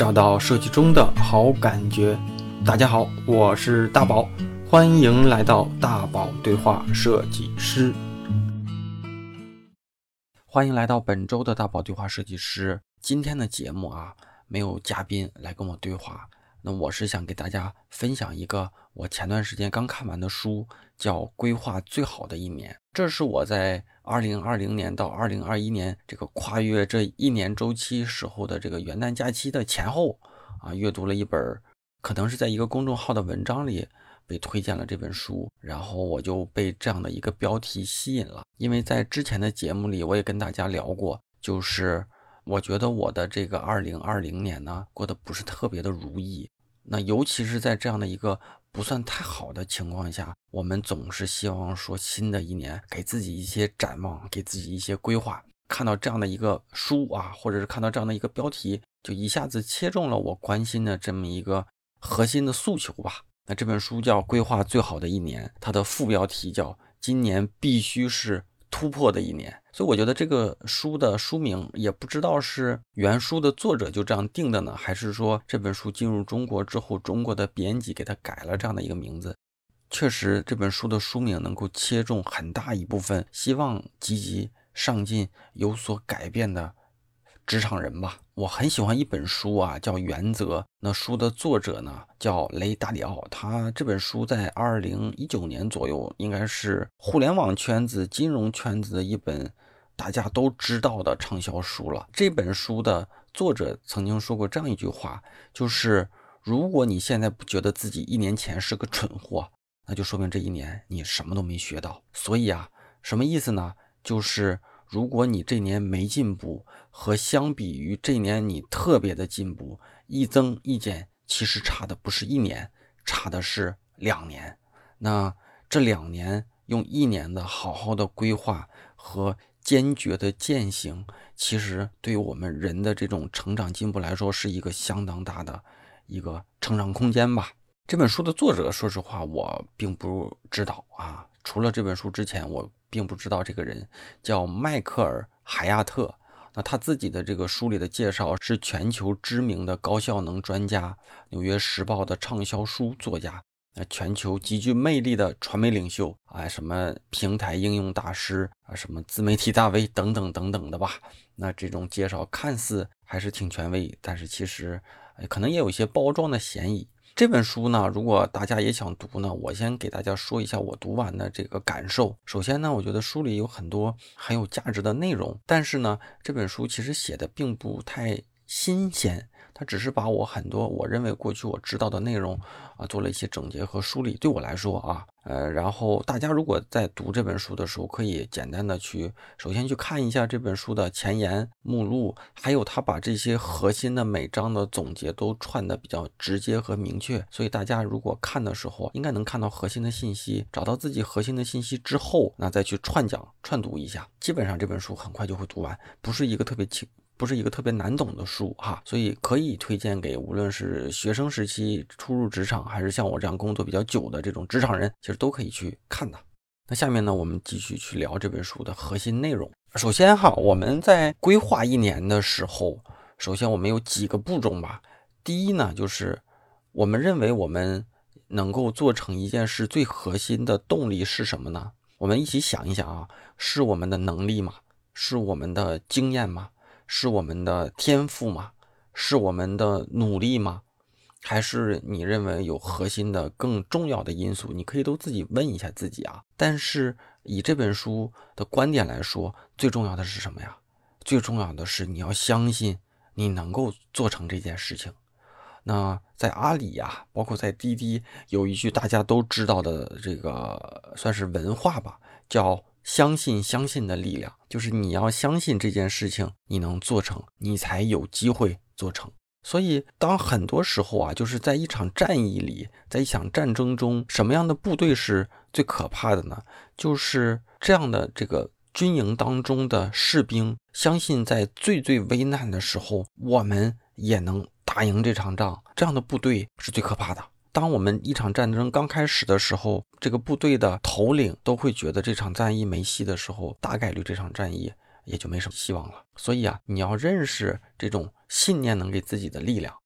找到设计中的好感觉。大家好，我是大宝，欢迎来到大宝对话设计师。欢迎来到本周的大宝对话设计师。今天的节目没有嘉宾来跟我对话，那我是想给大家分享一个我前段时间刚看完的书，叫《规划最好的一年》。这是我在2020年到2021年这个跨越这一年周期时候的这个元旦假期的前后阅读了一本，可能是在一个公众号的文章里被推荐了这本书，然后我就被这样的一个标题吸引了。因为在之前的节目里我也跟大家聊过，就是我觉得我的这个2020年呢过得不是特别的如意，那尤其是在这样的一个不算太好的情况下，我们总是希望说新的一年给自己一些展望，给自己一些规划。看到这样的一个书或者是看到这样的一个标题，就一下子切中了我关心的这么一个核心的诉求吧。那这本书叫《规划最好的一年》，它的副标题叫今年必须是突破的一年。所以我觉得这个书的书名也不知道是原书的作者就这样定的呢，还是说这本书进入中国之后，中国的编辑给它改了这样的一个名字。确实这本书的书名能够切中很大一部分希望积极上进有所改变的职场人吧。我很喜欢一本书叫《原则》，那书的作者呢叫雷达里奥，他这本书在2019年左右应该是互联网圈子金融圈子的一本大家都知道的畅销书了。这本书的作者曾经说过这样一句话，就是如果你现在不觉得自己1年前是个蠢货，那就说明这一年你什么都没学到。所以什么意思呢？就是如果你这年没进步，和相比于这年你特别的进步，一增一减，其实差的不是1年，差的是2年。那这2年用1年的好好的规划和坚决的践行，其实对于我们人的这种成长进步来说，是一个相当大的一个成长空间吧。这本书的作者说实话我并不知道除了这本书之前我并不知道这个人叫迈克尔·海亚特。那他自己的这个书里的介绍是全球知名的高效能专家，纽约时报的畅销书作家，全球极具魅力的传媒领袖什么平台应用大师什么自媒体大 V 等等等等的吧。那这种介绍看似还是挺权威，但是其实可能也有一些包装的嫌疑。这本书呢，如果大家也想读呢，我先给大家说一下我读完的这个感受。首先呢，我觉得书里有很多很有价值的内容，但是呢，这本书其实写的并不太新鲜，它只是把我很多我认为过去我知道的内容做了一些整洁和梳理。对我来说然后大家如果在读这本书的时候，可以简单的首先去看一下这本书的前言、目录，还有他把这些核心的每章的总结都串的比较直接和明确，所以大家如果看的时候应该能看到核心的信息，找到自己核心的信息之后，那再去串读一下，基本上这本书很快就会读完，不是一个特别难懂的书所以可以推荐给无论是学生时期初入职场，还是像我这样工作比较久的这种职场人，其实都可以去看的。那下面呢，我们继续去聊这本书的核心内容。首先我们在规划一年的时候，首先我们有几个步骤吧。第一呢，就是我们认为我们能够做成一件事最核心的动力是什么呢？我们一起想一想是我们的能力吗？是我们的经验吗？是我们的天赋吗？是我们的努力吗？还是你认为有核心的更重要的因素？你可以都自己问一下自己但是以这本书的观点来说，最重要的是什么呀？最重要的是你要相信你能够做成这件事情。那在阿里包括在滴滴有一句大家都知道的这个算是文化吧，叫相信的力量，就是你要相信这件事情你能做成，你才有机会做成。所以当很多时候就是在一场战役里，在一场战争中，什么样的部队是最可怕的呢？就是这样的这个军营当中的士兵相信在最危难的时候我们也能打赢这场仗，这样的部队是最可怕的。当我们一场战争刚开始的时候，这个部队的头领都会觉得这场战役没戏的时候，大概率这场战役也就没什么希望了。所以你要认识这种信念能给自己的力量。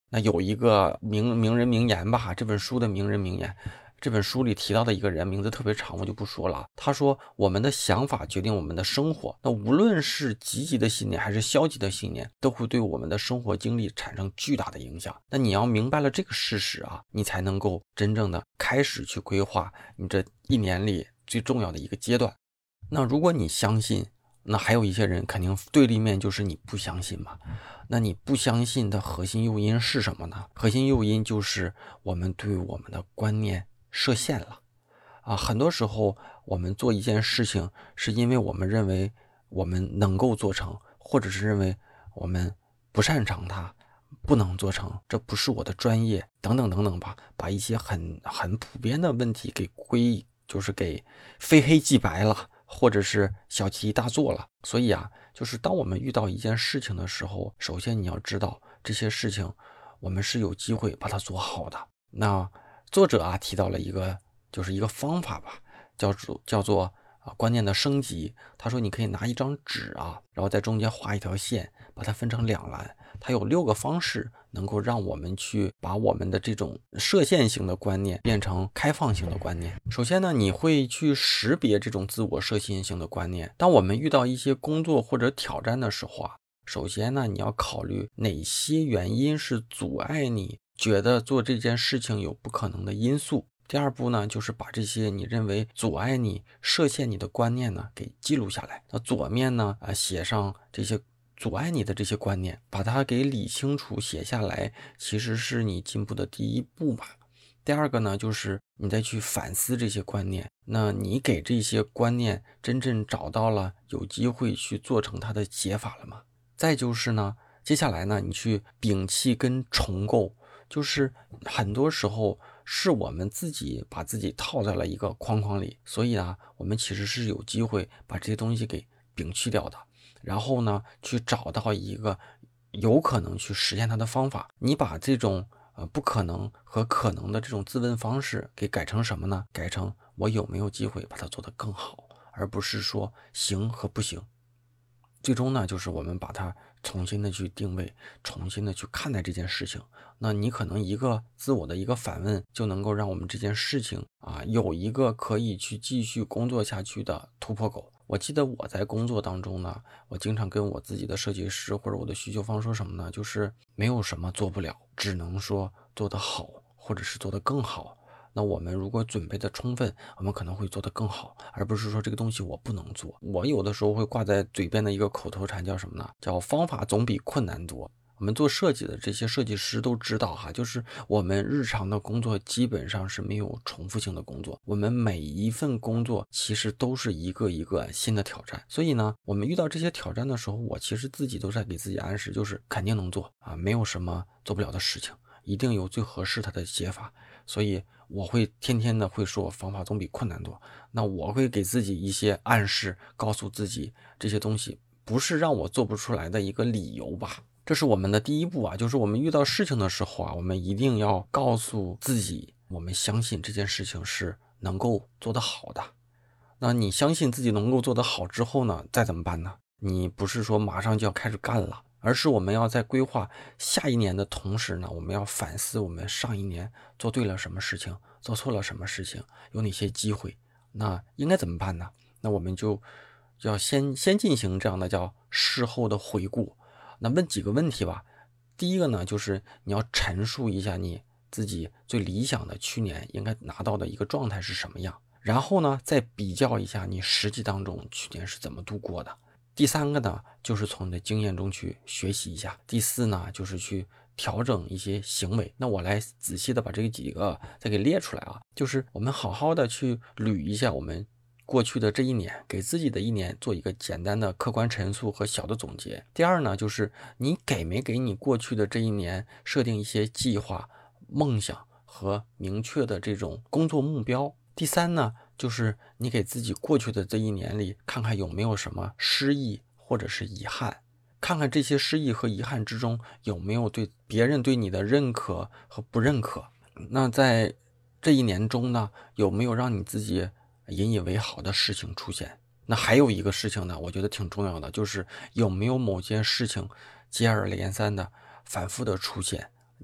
那有一个名人名言吧，这本书的名人名言，这本书里提到的一个人名字特别长，我就不说了。他说我们的想法决定我们的生活，那无论是积极的信念还是消极的信念，都会对我们的生活经历产生巨大的影响。那你要明白了这个事实啊，你才能够真正的开始去规划你这一年里最重要的一个阶段。那如果你相信，那还有一些人肯定对立面就是你不相信嘛。那你不相信的核心诱因是什么呢？核心诱因就是我们对我们的观念设限了啊。很多时候我们做一件事情是因为我们认为我们能够做成，或者是认为我们不擅长它，不能做成，这不是我的专业等等等等吧，把一些很普遍的问题就是给非黑即白了，或者是小题大做了。所以啊，就是当我们遇到一件事情的时候，首先你要知道这些事情我们是有机会把它做好的。那作者啊提到了一个方法吧，叫做观念的升级。他说你可以拿一张纸啊，然后在中间画一条线，把它分成两栏。它有6个方式能够让我们去把我们的这种设限型的观念变成开放型的观念。首先呢，你会去识别这种自我设限型的观念。当我们遇到一些工作或者挑战的时候啊，首先呢，你要考虑哪些原因是阻碍你觉得做这件事情有不可能的因素。第二步呢，就是把这些你认为阻碍你、设限你的观念呢给记录下来。那左面呢写上这些阻碍你的这些观念，把它给理清楚写下来，其实是你进步的第一步吧。第二个呢，就是你再去反思这些观念，那你给这些观念真正找到了有机会去做成它的解法了吗？再就是呢，接下来呢，你去摒弃跟重构，就是很多时候是我们自己把自己套在了一个框框里，所以呢，我们其实是有机会把这些东西给摒弃掉的。然后呢，去找到一个有可能去实现它的方法。你把这种不可能和可能的这种自问方式给改成什么呢？改成我有没有机会把它做得更好，而不是说行和不行。最终呢，就是我们把它重新的去定位，重新的去看待这件事情。那你可能一个自我的一个反问，就能够让我们这件事情啊有一个可以去继续工作下去的突破口。我记得我在工作当中呢，我经常跟我自己的设计师或者我的需求方说什么呢？就是没有什么做不了，只能说做得好，或者是做得更好。那我们如果准备的充分，我们可能会做得更好，而不是说这个东西我不能做。我有的时候会挂在嘴边的一个口头禅叫什么呢？叫方法总比困难多。我们做设计的这些设计师都知道哈，就是我们日常的工作基本上是没有重复性的工作，我们每一份工作其实都是一个一个新的挑战。所以呢，我们遇到这些挑战的时候，我其实自己都在给自己暗示，就是肯定能做啊，没有什么做不了的事情，一定有最合适它的解法。所以我会天天的会说方法总比困难多。那我会给自己一些暗示，告诉自己这些东西不是让我做不出来的一个理由吧。这是我们的第一步啊，就是我们遇到事情的时候啊，我们一定要告诉自己，我们相信这件事情是能够做得好的。那你相信自己能够做得好之后呢，再怎么办呢？你不是说马上就要开始干了，而是我们要在规划下一年的同时呢，我们要反思我们上一年做对了什么事情，做错了什么事情，有哪些机会，那应该怎么办呢？那我们就要先进行这样的叫事后的回顾。那问几个问题吧。第一个呢，就是你要陈述一下你自己最理想的去年应该拿到的一个状态是什么样，然后呢，再比较一下你实际当中去年是怎么度过的。第三个呢，就是从你的经验中去学习一下。第四呢，就是去调整一些行为。那我来仔细的把这几个再给列出来啊，就是我们好好的去捋一下我们过去的这一年，给自己的一年做一个简单的客观陈述和小的总结。第二呢，就是你给没给你过去的这一年设定一些计划、梦想和明确的这种工作目标。第三呢，就是你给自己过去的这一年里看看有没有什么失意或者是遗憾，看看这些失意和遗憾之中有没有对别人对你的认可和不认可。那在这一年中呢，有没有让你自己引以为豪的事情出现？那还有一个事情呢，我觉得挺重要的，就是有没有某件事情接二连三的反复的出现，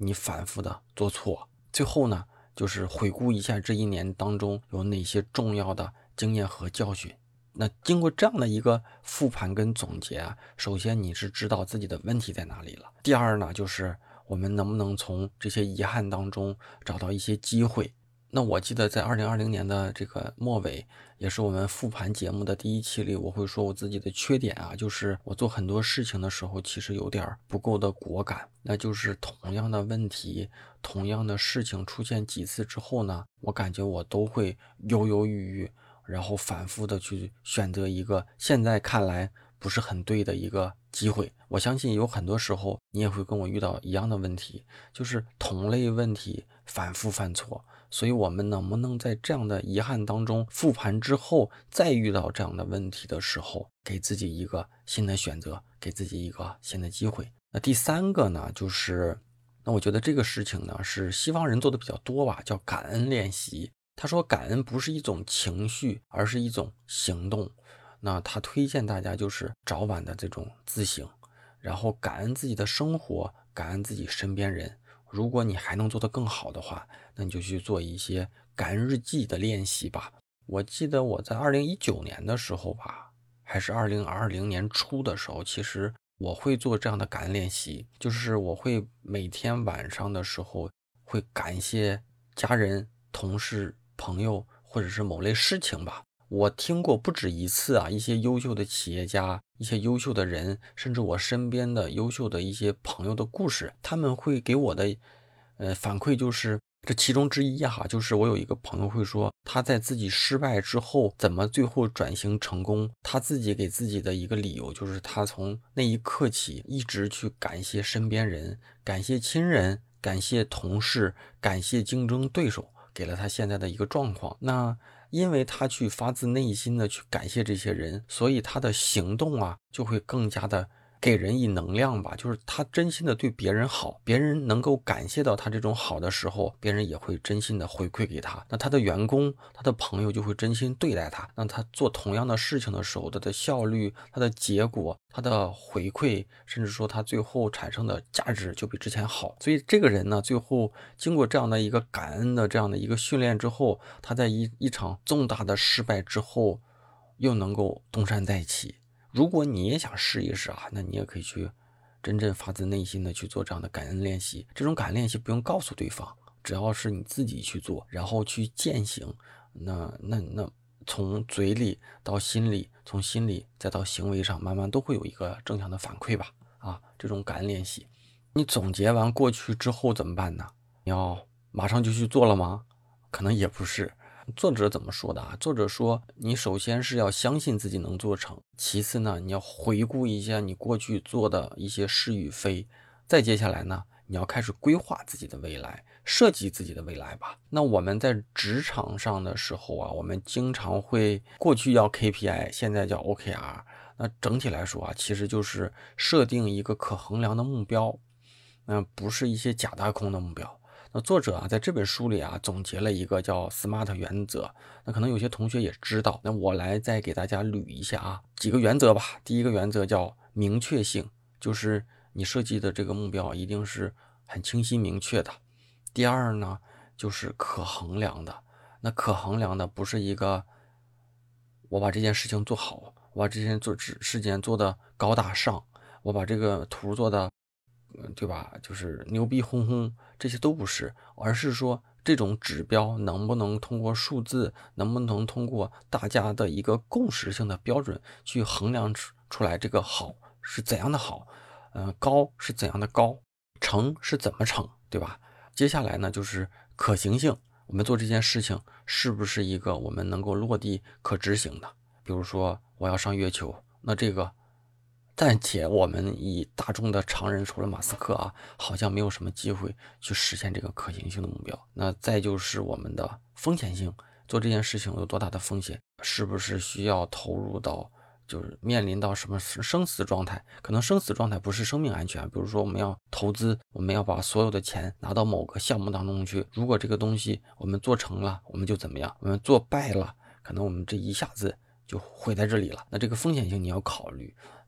你反复的做错。最后呢，就是回顾一下这一年当中有哪些重要的经验和教训。那经过这样的一个复盘跟总结啊，首先你是知道自己的问题在哪里了。第二呢，就是我们能不能从这些遗憾当中找到一些机会。那我记得在2020年的这个末尾，也是我们复盘节目的第1期里，我会说我自己的缺点啊，就是我做很多事情的时候其实有点不够的果敢。那就是同样的问题，同样的事情出现几次之后呢，我感觉我都会犹犹豫豫，然后反复的去选择一个现在看来不是很对的一个机会。我相信有很多时候你也会跟我遇到一样的问题，就是同类问题反复犯错。所以我们能不能在这样的遗憾当中复盘之后，再遇到这样的问题的时候，给自己一个新的选择，给自己一个新的机会。那第三个呢，就是那我觉得这个事情呢是西方人做的比较多吧，叫感恩练习。他说感恩不是一种情绪，而是一种行动。那他推荐大家就是早晚的这种自省，然后感恩自己的生活，感恩自己身边人。如果你还能做得更好的话，那你就去做一些感恩日记的练习吧。我记得我在2019年的时候吧，还是2020年初的时候，其实我会做这样的感恩练习，就是我会每天晚上的时候会感谢家人、同事、朋友或者是某类事情吧。我听过不止一次啊，一些优秀的企业家，一些优秀的人，甚至我身边的优秀的一些朋友的故事，他们会给我的反馈就是这其中之一哈，就是我有一个朋友会说他在自己失败之后怎么最后转型成功，他自己给自己的一个理由就是他从那一刻起一直去感谢身边人，感谢亲人，感谢同事，感谢竞争对手，给了他现在的一个状况。那因为他去发自内心的去感谢这些人，所以他的行动啊就会更加的给人以能量吧，就是他真心的对别人好，别人能够感谢到他这种好的时候，别人也会真心的回馈给他。那他的员工、他的朋友就会真心对待他。那他做同样的事情的时候，他的效率、他的结果、他的回馈，甚至说他最后产生的价值就比之前好。所以这个人呢，最后经过这样的一个感恩的这样的一个训练之后，他在一场重大的失败之后，又能够东山再起。如果你也想试一试啊，那你也可以去真正发自内心的去做这样的感恩练习。这种感恩练习不用告诉对方，只要是你自己去做，然后去践行，那从嘴里到心里，从心里再到行为上，慢慢都会有一个正向的反馈吧。啊，这种感恩练习，你总结完过去之后怎么办呢？你要马上就去做了吗？可能也不是。作者怎么说的啊？作者说，你首先是要相信自己能做成，其次呢，你要回顾一下你过去做的一些是与非，再接下来呢，你要开始规划自己的未来，设计自己的未来吧。那我们在职场上的时候啊，我们经常会过去要 KPI，现在叫 OKR。那整体来说啊，其实就是设定一个可衡量的目标，不是一些假大空的目标。那作者啊，在这本书里啊，总结了一个叫 SMART 原则。那可能有些同学也知道，那我来再给大家捋一下啊，几个原则吧。第一个原则叫明确性，就是你设计的这个目标一定是很清晰明确的。第二呢，就是可衡量的。那可衡量的不是一个我把这件事情做好，我把这件事情做的高大上，我把这个图做的对吧？就是牛逼哄哄，这些都不是，而是说这种指标能不能通过数字，能不能通过大家的一个共识性的标准去衡量出来这个好是怎样的好，高是怎样的高，成是怎么成，对吧？接下来呢，就是可行性，我们做这件事情是不是一个我们能够落地可执行的？比如说我要上月球，那这个暂且我们以大众的常人，除了马斯克啊，好像没有什么机会去实现这个可行性的目标。那再就是我们的风险性，做这件事情有多大的风险，是不是需要投入到，就是面临到什么生死状态？可能生死状态不是生命安全，比如说我们要投资，我们要把所有的钱拿到某个项目当中去，如果这个东西我们做成了，我们就怎么样？我们做败了，可能我们这一下子就毁在这里了。那这个风险性你要考虑。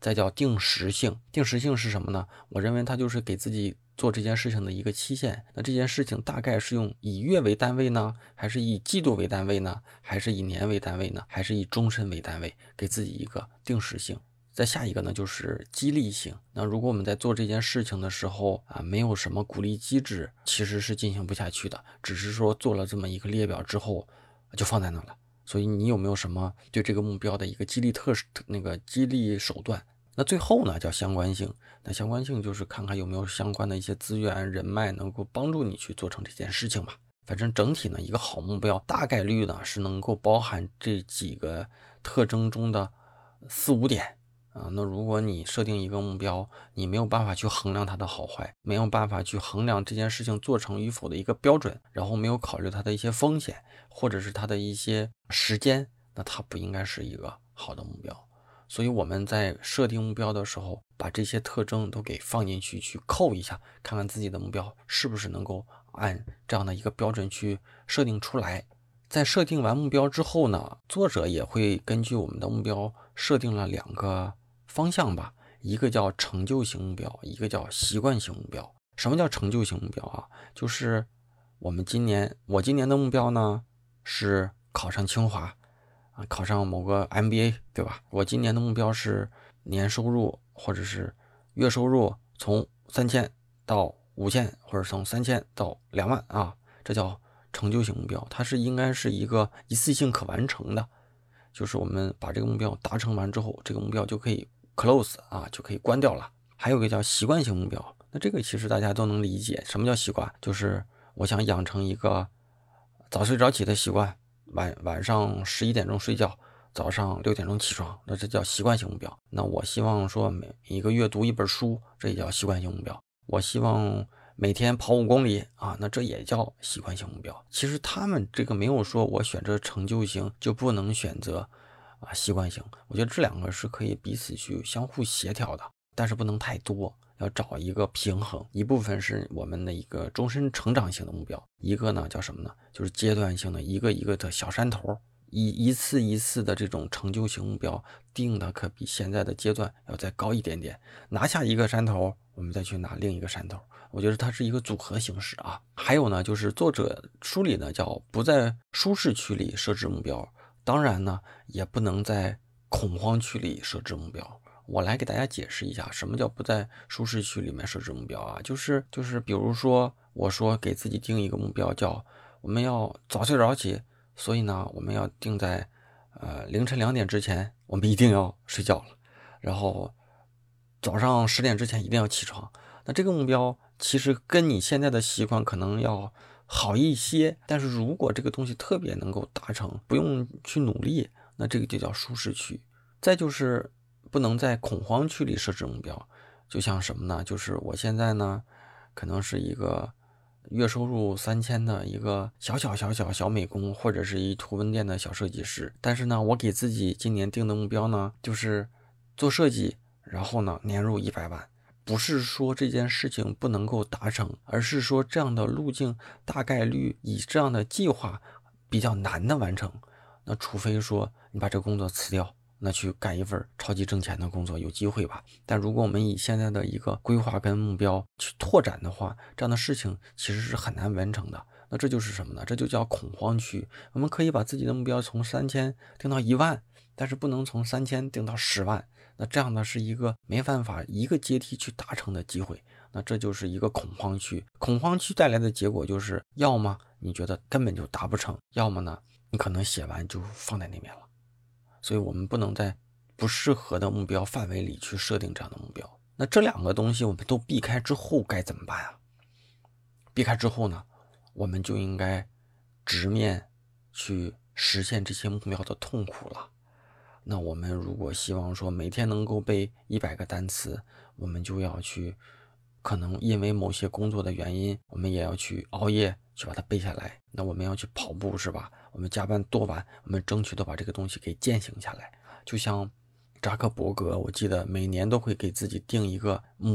再叫定时性。定时性是什么呢？我认为它就是给自己做这件事情的一个期限。那这件事情大概是用以月为单位呢，还是以季度为单位呢，还是以年为单位呢，还是以终身为单位，给自己一个定时性。再下一个呢，就是激励性。那如果我们在做这件事情的时候啊，没有什么鼓励机制，其实是进行不下去的。只是说做了这么一个列表之后，就放在那了。所以你有没有什么对这个目标的一个激励手段？那最后呢，叫相关性。那相关性就是看看有没有相关的一些资源人脉能够帮助你去做成这件事情吧。反正整体呢，一个好目标大概率呢是能够包含这几个特征中的4-5点。那如果你设定一个目标，你没有办法去衡量它的好坏，没有办法去衡量这件事情做成与否的一个标准，然后没有考虑它的一些风险，或者是它的一些时间，那它不应该是一个好的目标。所以我们在设定目标的时候，把这些特征都给放进去，去扣一下，看看自己的目标是不是能够按这样的一个标准去设定出来。在设定完目标之后呢，作者也会根据我们的目标设定了2个方向吧，一个叫成就型目标，一个叫习惯型目标。什么叫成就型目标啊？就是我今年的目标呢是考上清华考上某个 MBA， 对吧？我今年的目标是年收入或者是月收入从3000到5000，或者从3000到2万啊，这叫成就型目标。它应该是一个一次性可完成的，就是我们把这个目标达成完之后，这个目标就可以 close 就可以关掉了。还有一个叫习惯性目标，那这个其实大家都能理解。什么叫习惯？就是我想养成一个早睡早起的习惯，晚上11点钟睡觉，早上6点钟起床，那这叫习惯性目标。那我希望说每一个月读1本书，这也叫习惯性目标。我希望每天跑5公里那这也叫习惯性目标。其实他们这个没有说我选择成就型就不能选择习惯性，我觉得这2个是可以彼此去相互协调的，但是不能太多，要找一个平衡。一部分是我们的一个终身成长型的目标，一个呢叫什么呢？就是阶段性的一个一个的小山头，一次一次的这种成就型目标定的可比现在的阶段要再高一点点。拿下一个山头，我们再去拿另一个山头。我觉得它是一个组合形式还有呢，就是作者书里呢叫不在舒适区里设置目标，当然呢也不能在恐慌区里设置目标。我来给大家解释一下什么叫不在舒适区里面设置目标就是比如说我说给自己定一个目标，叫我们要早睡早起，所以呢我们要定在凌晨2点之前我们一定要睡觉了，然后早上10点之前一定要起床。那这个目标其实跟你现在的习惯可能要好一些，但是如果这个东西特别能够达成，不用去努力，那这个就叫舒适区。再就是不能在恐慌区里设置目标，就像什么呢？就是我现在呢可能是一个月收入3000的一个小美工，或者是一图文店的小设计师，但是呢我给自己今年定的目标呢就是做设计，然后呢年入100万。不是说这件事情不能够达成，而是说这样的路径大概率以这样的计划比较难的完成。那除非说你把这个工作辞掉，那去干一份超级挣钱的工作，有机会吧。但如果我们以现在的一个规划跟目标去拓展的话，这样的事情其实是很难完成的。那这就是什么呢？这就叫恐慌区。我们可以把自己的目标从3000定到1万，但是不能从3000定到10万。那这样呢是一个没办法一个阶梯去达成的机会，那这就是一个恐慌区。恐慌区带来的结果就是，要么你觉得根本就达不成，要么呢你可能写完就放在那边了。所以我们不能在不适合的目标范围里去设定这样的目标。那这2个东西我们都避开之后该怎么办避开之后呢，我们就应该直面去实现这些目标的痛苦了。那我们如果希望说每天能够背100个单词，我们就要去，可能因为某些工作的原因，我们也要去熬夜去把它背下来。那我们要去跑步是吧？我们加班多晚，我们争取都把这个东西给践行下来。就像扎克伯格，我记得每年都会给自己定一个目标，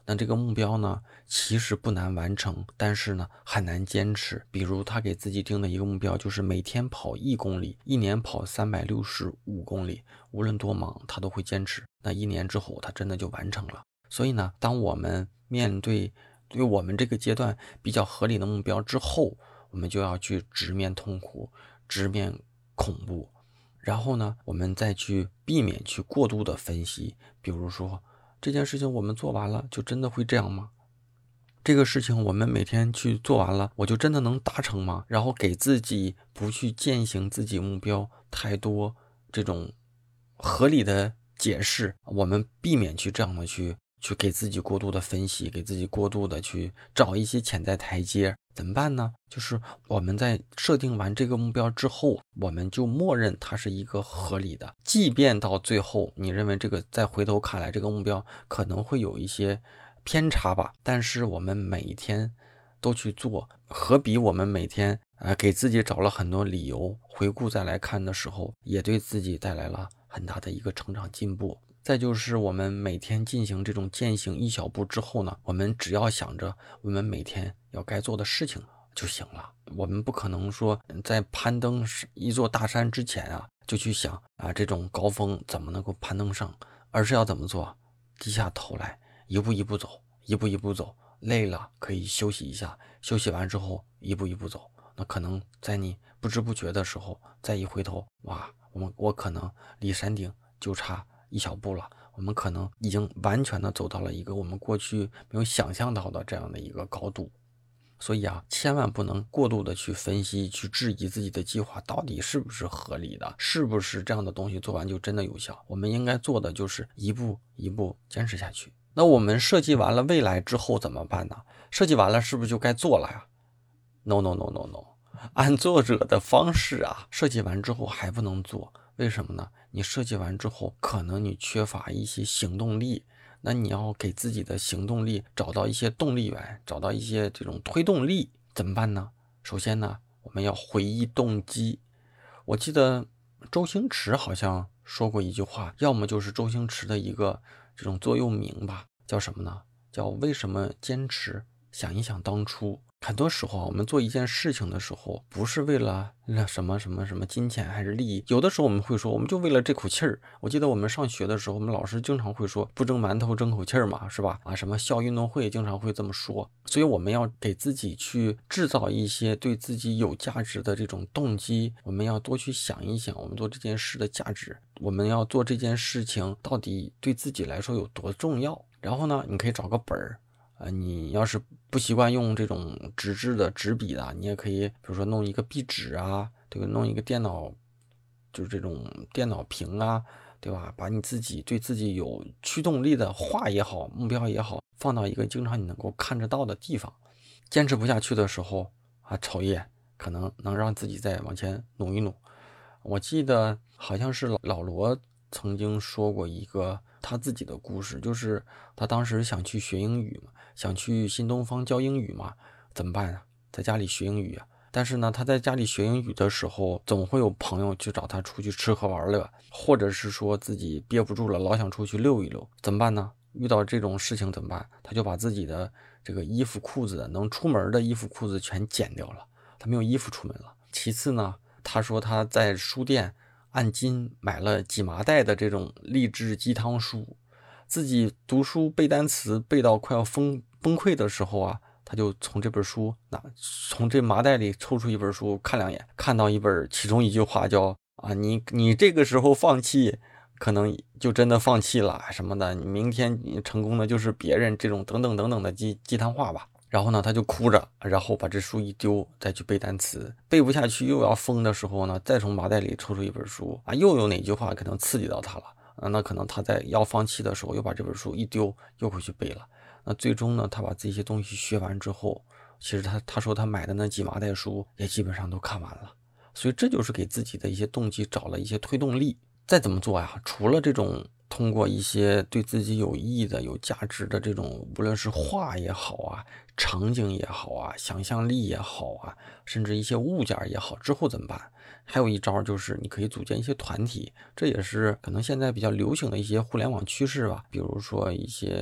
那这个目标呢，其实不难完成，但是呢，很难坚持。比如他给自己定的一个目标，就是每天跑1公里，一年跑365公里，无论多忙，他都会坚持。那1年之后，他真的就完成了。所以呢，当我们面对我们这个阶段比较合理的目标之后，我们就要去直面痛苦，直面恐怖，然后呢，我们再去避免去过度的分析。比如说，这件事情我们做完了，就真的会这样吗？这个事情我们每天去做完了，我就真的能达成吗？然后给自己不去践行自己目标太多这种合理的解释，我们避免去这样的去给自己过度的分析，给自己过度的去找一些潜在台阶。怎么办呢？就是我们在设定完这个目标之后，我们就默认它是一个合理的，即便到最后你认为这个再回头看来这个目标可能会有一些偏差吧，但是我们每一天都去做，何必我们每天给自己找了很多理由，回顾再来看的时候，也对自己带来了很大的一个成长进步。再就是我们每天进行这种践行1小步之后呢，我们只要想着我们每天要该做的事情就行了。我们不可能说在攀登一座大山之前就去想这种高峰怎么能够攀登上，而是要怎么做？低下头来，一步一步走，一步一步走，累了可以休息一下，休息完之后一步一步走。那可能在你不知不觉的时候，再一回头，哇，我可能离山顶就差1小步了，我们可能已经完全的走到了一个我们过去没有想象到的这样的一个高度。所以千万不能过度的去分析，去质疑自己的计划到底是不是合理的，是不是这样的东西做完就真的有效。我们应该做的就是一步一步坚持下去。那我们设计完了未来之后怎么办呢？设计完了是不是就该做了呀？ No No No No No， 按作者的方式设计完之后还不能做，为什么呢？你设计完之后，可能你缺乏一些行动力，那你要给自己的行动力找到一些动力源，找到一些这种推动力，怎么办呢？首先呢，我们要回忆动机。我记得周星驰好像说过一句话，要么就是周星驰的一个这种座右铭吧，叫什么呢？叫为什么坚持？想一想当初。很多时候我们做一件事情的时候，不是为了什么金钱还是利益，有的时候我们会说，我们就为了这口气儿。我记得我们上学的时候，我们老师经常会说，不蒸馒头争口气儿嘛，是吧？什么校运动会经常会这么说。所以我们要给自己去制造一些对自己有价值的这种动机，我们要多去想一想我们做这件事的价值，我们要做这件事情到底对自己来说有多重要。然后呢，你可以找个本儿。你要是不习惯用这种纸质的纸笔的，你也可以比如说弄一个壁纸对吧？弄一个电脑，就是这种电脑屏对吧？把你自己对自己有驱动力的话也好，目标也好，放到一个经常你能够看得到的地方。坚持不下去的时候瞅一眼，可能能让自己再往前努一努。我记得好像是老罗曾经说过一个他自己的故事，就是他当时想去学英语嘛，想去新东方教英语嘛，怎么办在家里学英语但是呢，他在家里学英语的时候，总会有朋友去找他出去吃喝玩乐，或者是说自己憋不住了，老想出去溜一溜，怎么办呢？遇到这种事情怎么办？他就把自己的这个衣服裤子能出门的衣服裤子全剪掉了，他没有衣服出门了。其次呢，他说他在书店按斤买了几麻袋的这种励志鸡汤书，自己读书背单词背到快要崩溃的时候他就从这麻袋里抽出一本书看2眼，看到其中一句话叫你这个时候放弃，可能就真的放弃了什么的，你明天你成功的就是别人，这种等等等等的鸡汤话吧。然后呢，他就哭着，然后把这书一丢，再去背单词，背不下去又要疯的时候呢，再从麻袋里抽出一本书又有哪句话可能刺激到他了那可能他在要放弃的时候又把这本书一丢，又回去背了。那最终呢，他把这些东西学完之后，其实他说他买的那几麻袋书也基本上都看完了。所以这就是给自己的一些动机找了一些推动力。再怎么做除了这种通过一些对自己有益的有价值的这种，无论是画也好场景也好想象力也好甚至一些物件也好，之后怎么办？还有一招就是你可以组建一些团体，这也是可能现在比较流行的一些互联网趋势吧。比如说一些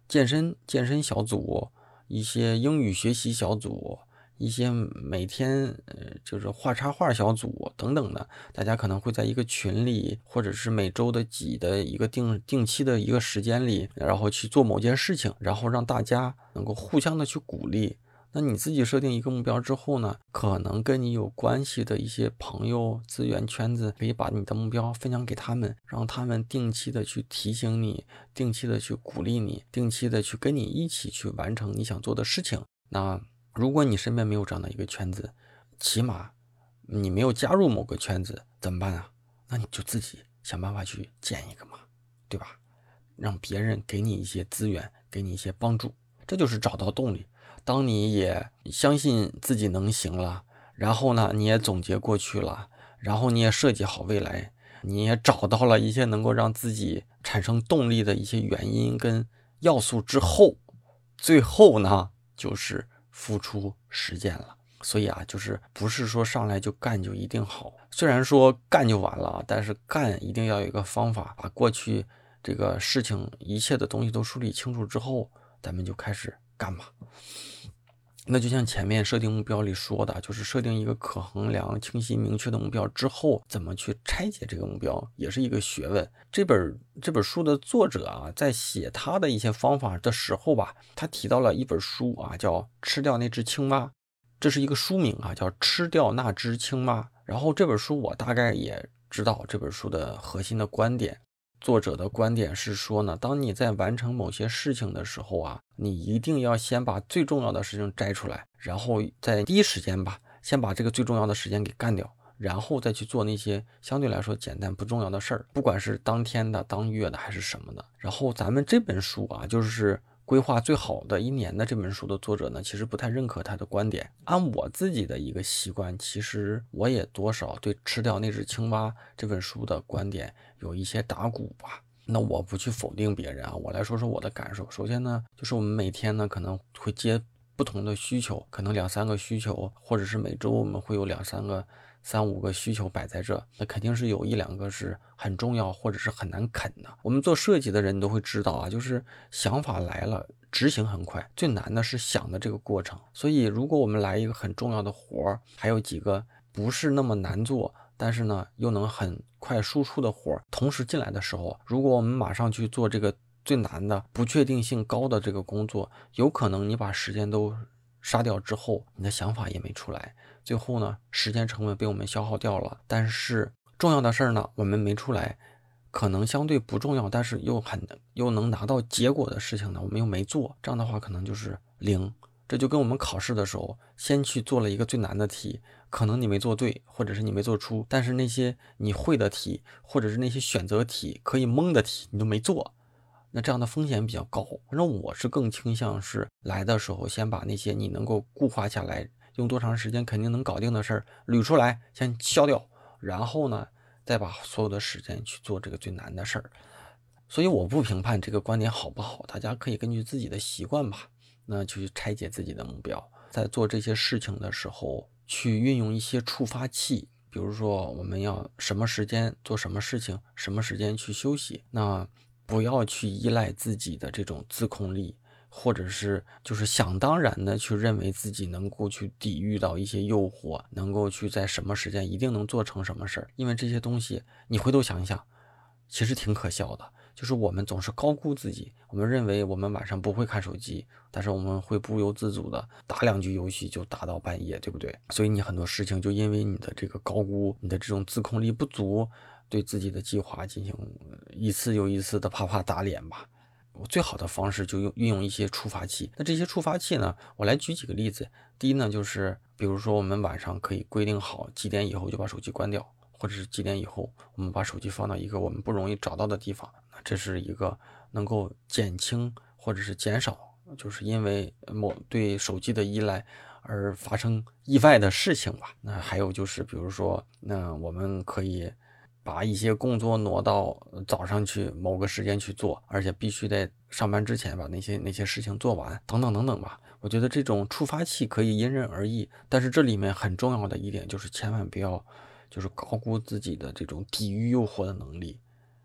健身小组，一些英语学习小组，一些每天就是画插画小组等等的，大家可能会在一个群里，或者是每周的挤的一个定期的一个时间里，然后去做某件事情，然后让大家能够互相的去鼓励。那你自己设定一个目标之后呢，可能跟你有关系的一些朋友资源圈子，可以把你的目标分享给他们，让他们定期的去提醒你，定期的去鼓励你，定期的去跟你一起去完成你想做的事情。那如果你身边没有这样的一个圈子，起码你没有加入某个圈子，怎么办啊？那你就自己想办法去建一个嘛，对吧？让别人给你一些资源，给你一些帮助，这就是找到动力。当你也相信自己能行了，然后呢，你也总结过去了，然后你也设计好未来，你也找到了一些能够让自己产生动力的一些原因跟要素之后，最后呢，就是付出实践了。所以啊，就是不是说上来就干就一定好，虽然说干就完了，但是干一定要有一个方法，把过去这个事情一切的东西都梳理清楚之后，咱们就开始干吧。那就像前面设定目标里说的，就是设定一个可衡量、清晰、明确的目标之后，怎么去拆解这个目标，也是一个学问。这本书的作者啊，在写他的一些方法的时候吧，他提到了一本书啊，叫《吃掉那只青蛙》，这是一个书名啊，叫《吃掉那只青蛙》。然后这本书我大概也知道这本书的核心的观点。作者的观点是说呢，当你在完成某些事情的时候啊，你一定要先把最重要的事情摘出来，然后在第一时间吧，先把这个最重要的时间给干掉，然后再去做那些相对来说简单不重要的事儿，不管是当天的、当月的还是什么的。然后咱们这本书啊，就是规划最好的一年的这本书的作者呢，其实不太认可他的观点。按我自己的一个习惯，其实我也多少对吃掉那只青蛙这本书的观点有一些打鼓吧。那我不去否定别人啊，我来说说我的感受。首先呢，就是我们每天呢可能会接不同的需求，可能2-3个需求，或者是每周我们会有3-5个需求摆在这，那肯定是有1-2个是很重要或者是很难啃的。我们做设计的人都会知道啊，就是想法来了，执行很快，最难的是想的这个过程。所以如果我们来一个很重要的活儿，还有几个不是那么难做，但是呢又能很快输出的活儿，同时进来的时候，如果我们马上去做这个最难的、不确定性高的这个工作，有可能你把时间都杀掉之后，你的想法也没出来，最后呢，时间成本被我们消耗掉了。但是重要的事儿呢，我们没出来，可能相对不重要，但是又能拿到结果的事情呢，我们又没做，这样的话可能就是0。这就跟我们考试的时候，先去做了一个最难的题，可能你没做对，或者是你没做出，但是那些你会的题，或者是那些选择题可以蒙的题，你都没做。那这样的风险比较高，反正我是更倾向是来的时候先把那些你能够固化下来，用多长时间肯定能搞定的事儿捋出来，先消掉，然后呢，再把所有的时间去做这个最难的事儿。所以我不评判这个观点好不好，大家可以根据自己的习惯吧，那去拆解自己的目标，在做这些事情的时候，去运用一些触发器。比如说我们要什么时间做什么事情，什么时间去休息，那不要去依赖自己的这种自控力，或者是就是想当然的去认为自己能够去抵御到一些诱惑，能够去在什么时间一定能做成什么事儿。因为这些东西你回头想一想，其实挺可笑的，就是我们总是高估自己，我们认为我们晚上不会看手机，但是我们会不由自主的打2局游戏就打到半夜，对不对？所以你很多事情就因为你的这个高估，你的这种自控力不足，对自己的计划进行一次又一次的啪啪打脸吧。最好的方式就运用一些触发器。那这些触发器呢，我来举几个例子。第一呢，就是比如说我们晚上可以规定好几点以后就把手机关掉，或者是几点以后我们把手机放到一个我们不容易找到的地方。那这是一个能够减轻或者是减少，就是因为对手机的依赖而发生意外的事情吧。那还有就是比如说，那我们可以把一些工作挪到早上去某个时间去做，而且必须在上班之前把那些事情做完，等等等等吧。我觉得这种触发器可以因人而异，但是这里面很重要的一点就是千万不要就是高估自己的这种抵御诱惑的能力。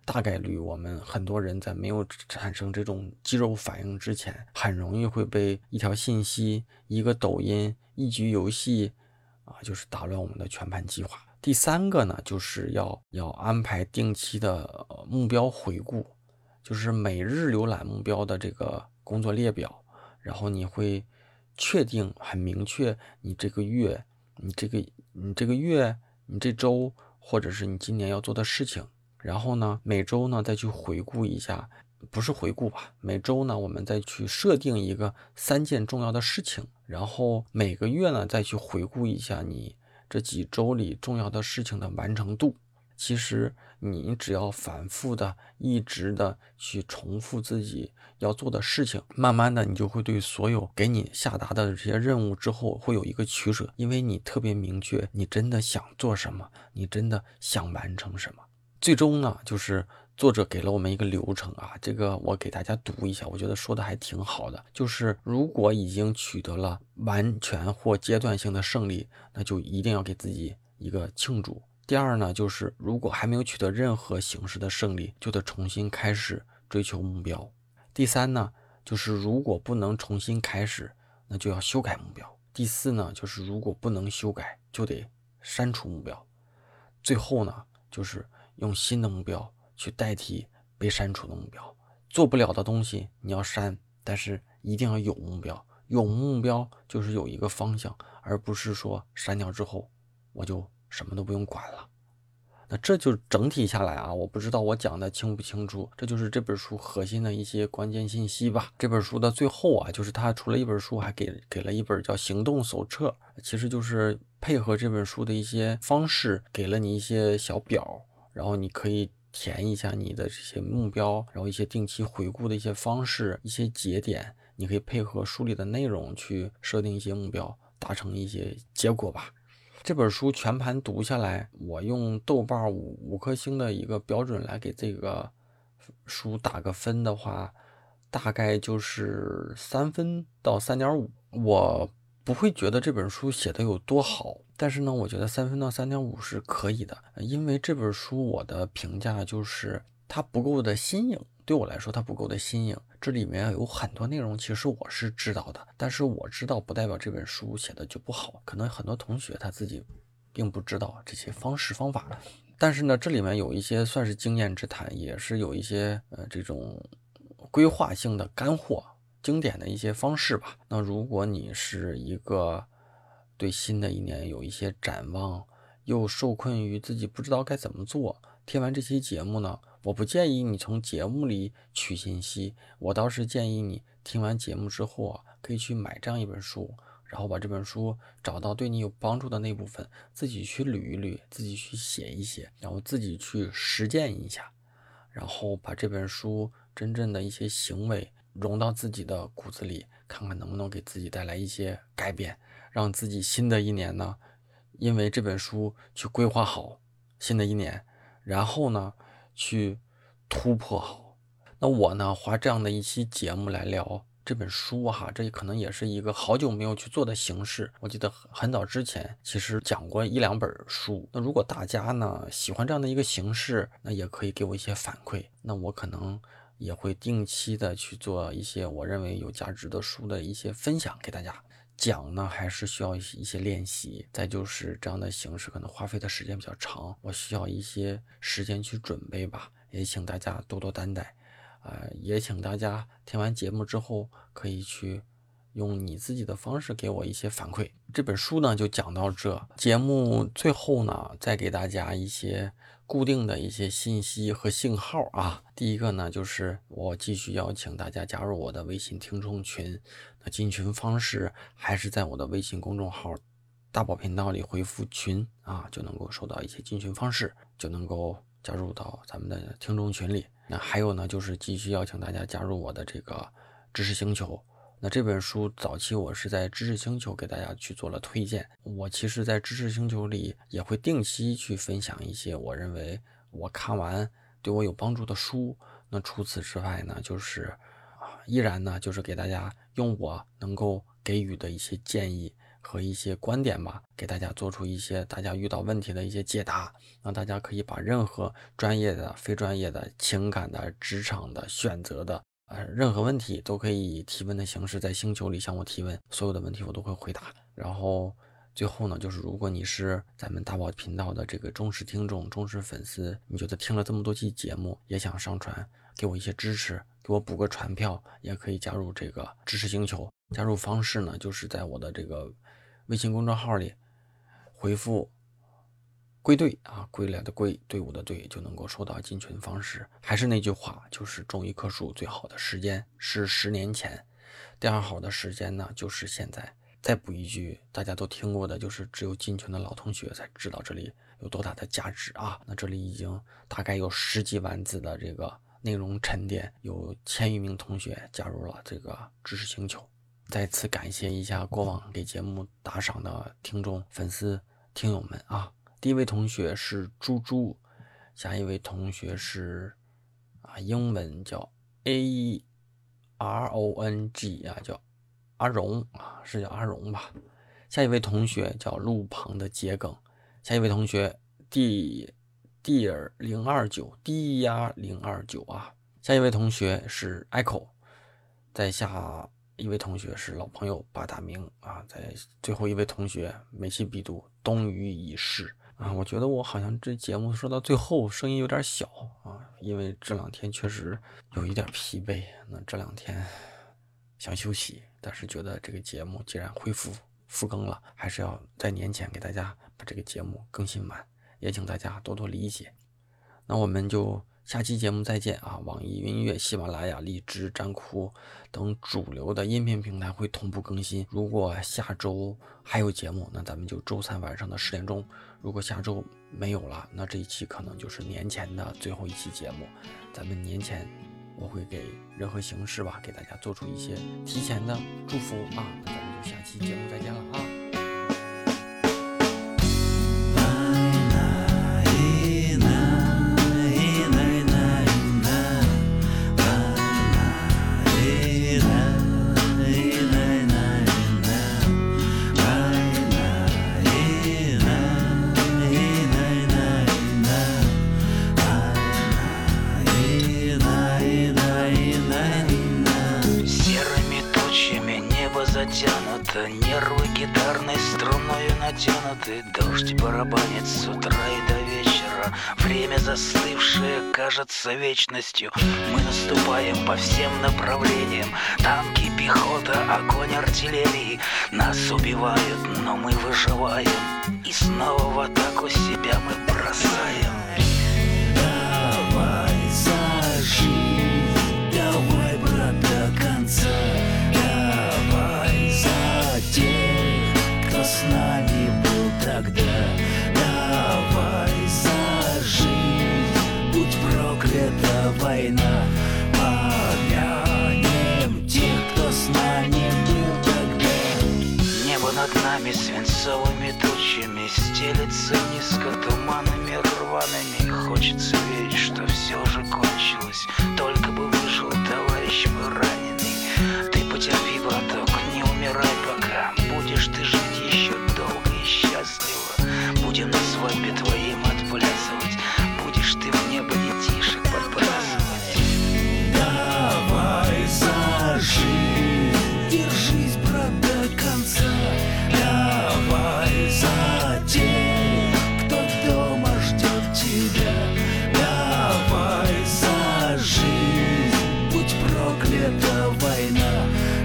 大概率我们很多人在没有产生这种肌肉反应之前，很容易会被一条信息、一个抖音、一局游戏就是打乱我们的全盘计划。第三个呢，就是要安排定期的目标回顾，就是每日浏览目标的这个工作列表，然后你会确定很明确你这个月、你这周，或者是你今年要做的事情。然后呢，每周呢再去回顾一下，不是回顾吧，每周呢我们再去设定一个3件重要的事情，然后每个月呢再去回顾一下你这几周里重要的事情的完成度。其实你只要反复的一直的去重复自己要做的事情，慢慢的你就会对所有给你下达的这些任务之后会有一个取舍，因为你特别明确你真的想做什么，你真的想完成什么。最终呢，就是作者给了我们一个流程这个我给大家读一下，我觉得说的还挺好的。就是如果已经取得了完全或阶段性的胜利，那就一定要给自己一个庆祝。第二呢，就是如果还没有取得任何形式的胜利，就得重新开始追求目标。第三呢，就是如果不能重新开始，那就要修改目标。第四呢，就是如果不能修改，就得删除目标。最后呢，就是用新的目标去代替被删除的目标。做不了的东西你要删，但是一定要有目标。有目标就是有一个方向，而不是说删掉之后我就什么都不用管了。那这就整体下来我不知道我讲的清不清楚，这就是这本书核心的一些关键信息吧。这本书的最后就是他除了一本书还给了一本叫行动手册，其实就是配合这本书的一些方式，给了你一些小表，然后你可以填一下你的这些目标，然后一些定期回顾的一些方式，一些节点，你可以配合书里的内容去设定一些目标，达成一些结果吧。这本书全盘读下来，我用豆瓣五颗星的一个标准来给这个书打个分的话，大概就是3分到3.5。我不会觉得这本书写的有多好，但是呢，我觉得3分到3.5是可以的，因为这本书我的评价就是它不够的新颖。对我来说它不够的新颖，这里面有很多内容其实我是知道的，但是我知道不代表这本书写的就不好，可能很多同学他自己并不知道这些方式方法。但是呢，这里面有一些算是经验之谈，也是有一些这种规划性的干货，经典的一些方式吧。那如果你是一个对新的一年有一些展望，又受困于自己不知道该怎么做，听完这期节目呢，我不建议你从节目里取信息，我倒是建议你听完节目之后可以去买这样一本书，然后把这本书找到对你有帮助的那部分，自己去捋一捋，自己去写一写，然后自己去实践一下，然后把这本书真正的一些行为融到自己的骨子里，看看能不能给自己带来一些改变，让自己新的一年呢，因为这本书去规划好新的一年，然后呢去突破好。那我呢花这样的一期节目来聊这本书这可能也是一个好久没有去做的形式。我记得很早之前其实讲过1-2本书，那如果大家呢喜欢这样的一个形式，那也可以给我一些反馈，那我可能也会定期的去做一些我认为有价值的书的一些分享给大家。讲呢还是需要一些练习，再就是这样的形式可能花费的时间比较长，我需要一些时间去准备吧，也请大家多多担待。也请大家听完节目之后可以去用你自己的方式给我一些反馈。这本书呢就讲到这，节目最后呢再给大家一些固定的一些信息和信号第一个呢就是我继续邀请大家加入我的微信听众群，那进群方式还是在我的微信公众号大宝频道里回复群就能够收到一些进群方式，就能够加入到咱们的听众群里。那还有呢就是继续邀请大家加入我的这个知识星球。那这本书早期我是在知识星球给大家去做了推荐，我其实在知识星球里也会定期去分享一些我认为我看完对我有帮助的书。那除此之外呢依然呢就是给大家用我能够给予的一些建议和一些观点吧，给大家做出一些大家遇到问题的一些解答，让大家可以把任何专业的、非专业的、情感的、职场的、选择的任何问题都可以以提问的形式在星球里向我提问，所有的问题我都会回答。然后最后呢，就是如果你是咱们大宝频道的这个忠实听众、忠实粉丝，你觉得听了这么多期节目也想上传，给我一些支持，给我补个传票，也可以加入这个知识星球。加入方式呢，就是在我的这个微信公众号里回复归队啊，归来的归，队伍的队，就能够收到进群方式。还是那句话，就是种一棵树最好的时间是10年前，第二好的时间呢就是现在。再补一句，大家都听过的，就是只有进群的老同学才知道这里有多大的价值啊！那这里已经大概有10几万字的这个内容沉淀，有1000余名同学加入了这个知识星球。再次感谢一下过往给节目打赏的听众、粉丝、听友们啊！第一位同学是猪猪，下一位同学是英文叫 ARONG 叫阿荣是叫阿荣吧。下一位同学叫路旁的桔梗，下一位同学D029 下一位同学是 Echo， 在下一位同学是老朋友八大明在最后一位同学美其必读东隅已逝我觉得我好像这节目说到最后声音有点小因为这2天确实有一点疲惫，那这2天想休息，但是觉得这个节目既然恢复复更了，还是要在年前给大家把这个节目更新完，也请大家多多理解。那我们就下期节目再见网易云音乐、喜马拉雅、荔枝、站酷等主流的音频平台会同步更新。如果下周还有节目，那咱们就周3晚上的10点钟。如果下周没有了，那这一期可能就是年前的最后一期节目。咱们年前我会给任何形式吧，给大家做出一些提前的祝福那咱们就下期节目再见了 затянуто, нервы гитарной струною натянуты. Дождь барабанит с утра и до вечера. Время застывшее кажется вечностью. Мы наступаем по всем направлениям. Танки, пехота, огонь артиллерии. Нас убивают, но мы выживаем. И снова в атаку себя мы бросаем. Давай за жизнь, давай, брат, до конца. Тех, кто с нами был тогда. Давай за жизнь, будь проклята война. Помянем тех, кто с нами был тогда. Небо над нами свинцовыми тучами стелется низко туманами рваными. Хочется верить, что все же кончилось. Только бы выжил товарищ мой раненый. Ты потерпи, браток, не умирай пока. Будешь ты жить еще долго и счастливо. Будем на свадьбе твоим отплясывать. Будешь ты в небо детишек подбрасывать. Давай за жизнь, держись, брат, до конца. Давай за тех, кто дома ждет тебя. Давай за жизнь, будь проклята война.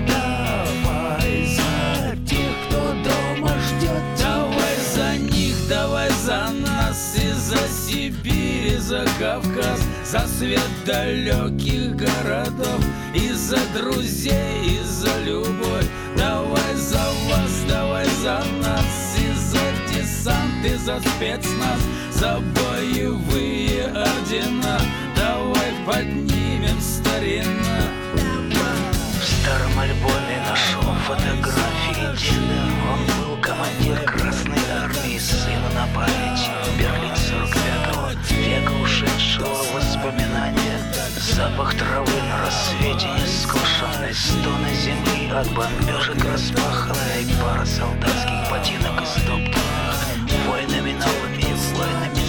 Давай за нас и за Сибирь, и за Кавказ, за свет далеких городов, и за друзей, и за любовь. Давай за вас, давай за нас, и за десант, и за спецназ, за боевые ордена. Давай поднимем старина. В старом альбоме нашел фотографии деда. Он был командир Красной Армии, сыну на память. Берлин 45-го века ушедшего воспоминания. Запах травы на рассвете нескошенной, стоны земли От бомбежек распаханной пара солдатских ботинок истоптанных войнами новыми и войнами